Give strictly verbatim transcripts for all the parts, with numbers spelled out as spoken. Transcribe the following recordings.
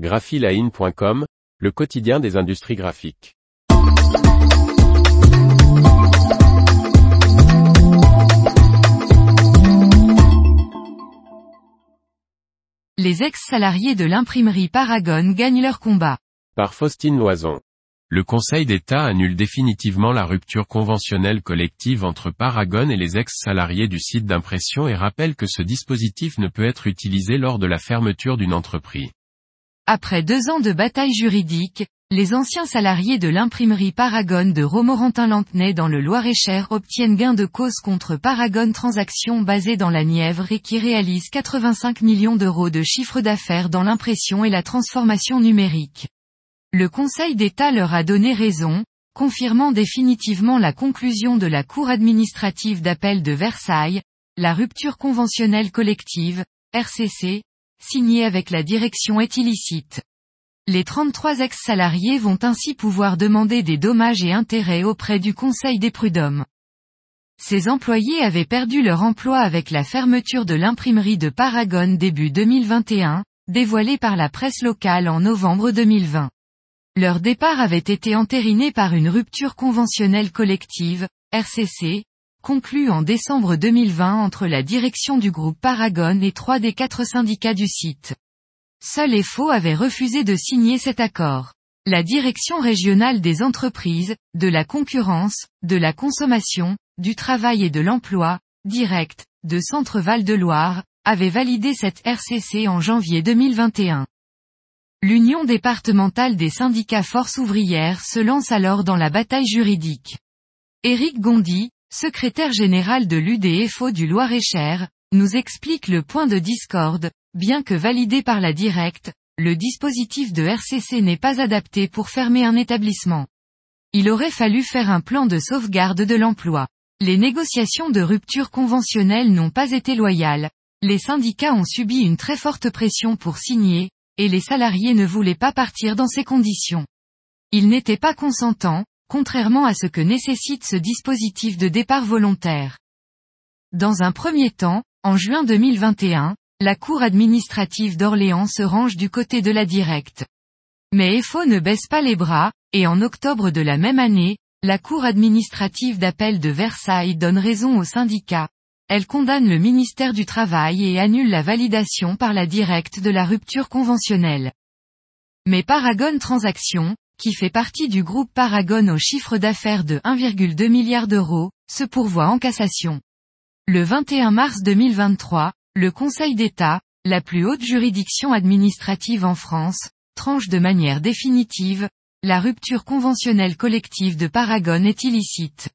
graphiline point com, le quotidien des industries graphiques. Les ex-salariés de l'imprimerie Paragon gagnent leur combat. Par Faustine Loison. Le Conseil d'État annule définitivement la rupture conventionnelle collective entre Paragon et les ex-salariés du site d'impression et rappelle que ce dispositif ne peut être utilisé lors de la fermeture d'une entreprise. Après deux ans de bataille juridique, les anciens salariés de l'imprimerie Paragon de Romorantin-Lanthenay dans le Loir-et-Cher obtiennent gain de cause contre Paragon Transactions basée dans la Nièvre et qui réalise quatre-vingt-cinq millions d'euros de chiffre d'affaires dans l'impression et la transformation numérique. Le Conseil d'État leur a donné raison, confirmant définitivement la conclusion de la Cour administrative d'appel de Versailles, la rupture conventionnelle collective, R C C, signée avec la direction est illicite. Les trente-trois ex-salariés vont ainsi pouvoir demander des dommages et intérêts auprès du Conseil des prud'hommes. Ces employés avaient perdu leur emploi avec la fermeture de l'imprimerie de Paragon début deux mille vingt et un, dévoilée par la presse locale en novembre deux mille vingt. Leur départ avait été entériné par une rupture conventionnelle collective, R C C, conclue en décembre deux mille vingt entre la direction du groupe Paragon et trois des quatre syndicats du site. Seul E F O avait refusé de signer cet accord. La direction régionale des entreprises, de la concurrence, de la consommation, du travail et de l'emploi, direct, de Centre Val-de-Loire, avait validé cette R C C en janvier deux mille vingt et un. L'Union départementale des syndicats Force ouvrière se lance alors dans la bataille juridique. Éric Gondy, secrétaire général de l'U D F O du Loir-et-Cher, nous explique le point de discorde. Bien que validé par la directe, le dispositif de R C C n'est pas adapté pour fermer un établissement. Il aurait fallu faire un plan de sauvegarde de l'emploi. Les négociations de rupture conventionnelle n'ont pas été loyales. Les syndicats ont subi une très forte pression pour signer, et les salariés ne voulaient pas partir dans ces conditions. Ils n'étaient pas consentants, contrairement à ce que nécessite ce dispositif de départ volontaire. Dans un premier temps, en juin deux mille vingt et un, la Cour administrative d'Orléans se range du côté de la directe. Mais E F O ne baisse pas les bras, et en octobre de la même année, la Cour administrative d'appel de Versailles donne raison aux syndicats. Elle condamne le ministère du Travail et annule la validation par la directe de la rupture conventionnelle. Mais Paragon Transactions, qui fait partie du groupe Paragon au chiffre d'affaires de un virgule deux milliard d'euros, se pourvoit en cassation. Le vingt et un mars deux mille vingt-trois, le Conseil d'État, la plus haute juridiction administrative en France, tranche de manière définitive, la rupture conventionnelle collective de Paragon est illicite.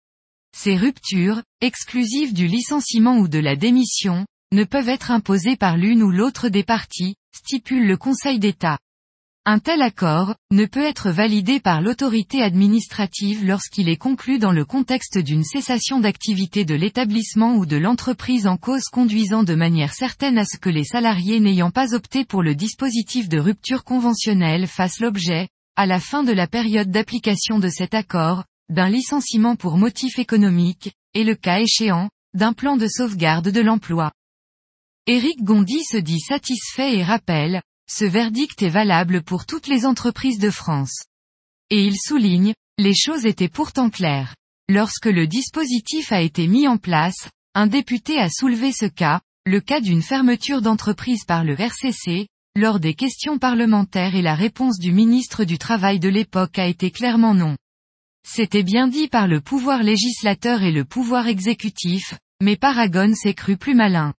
Ces ruptures, exclusives du licenciement ou de la démission, ne peuvent être imposées par l'une ou l'autre des parties, stipule le Conseil d'État. Un tel accord ne peut être validé par l'autorité administrative lorsqu'il est conclu dans le contexte d'une cessation d'activité de l'établissement ou de l'entreprise en cause conduisant de manière certaine à ce que les salariés n'ayant pas opté pour le dispositif de rupture conventionnelle fassent l'objet, à la fin de la période d'application de cet accord, d'un licenciement pour motif économique, et le cas échéant, d'un plan de sauvegarde de l'emploi. Éric Gondy se dit satisfait et rappelle, ce verdict est valable pour toutes les entreprises de France. Et il souligne, les choses étaient pourtant claires. Lorsque le dispositif a été mis en place, un député a soulevé ce cas, le cas d'une fermeture d'entreprise par le R C C, lors des questions parlementaires et la réponse du ministre du Travail de l'époque a été clairement non. C'était bien dit par le pouvoir législateur et le pouvoir exécutif, mais Paragon s'est cru plus malin.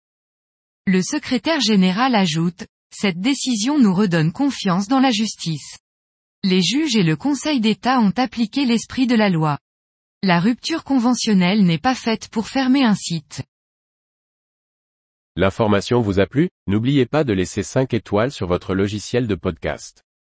Le secrétaire général ajoute, cette décision nous redonne confiance dans la justice. Les juges et le Conseil d'État ont appliqué l'esprit de la loi. La rupture conventionnelle n'est pas faite pour fermer un site. L'information vous a plu? N'oubliez pas de laisser cinq étoiles sur votre logiciel de podcast.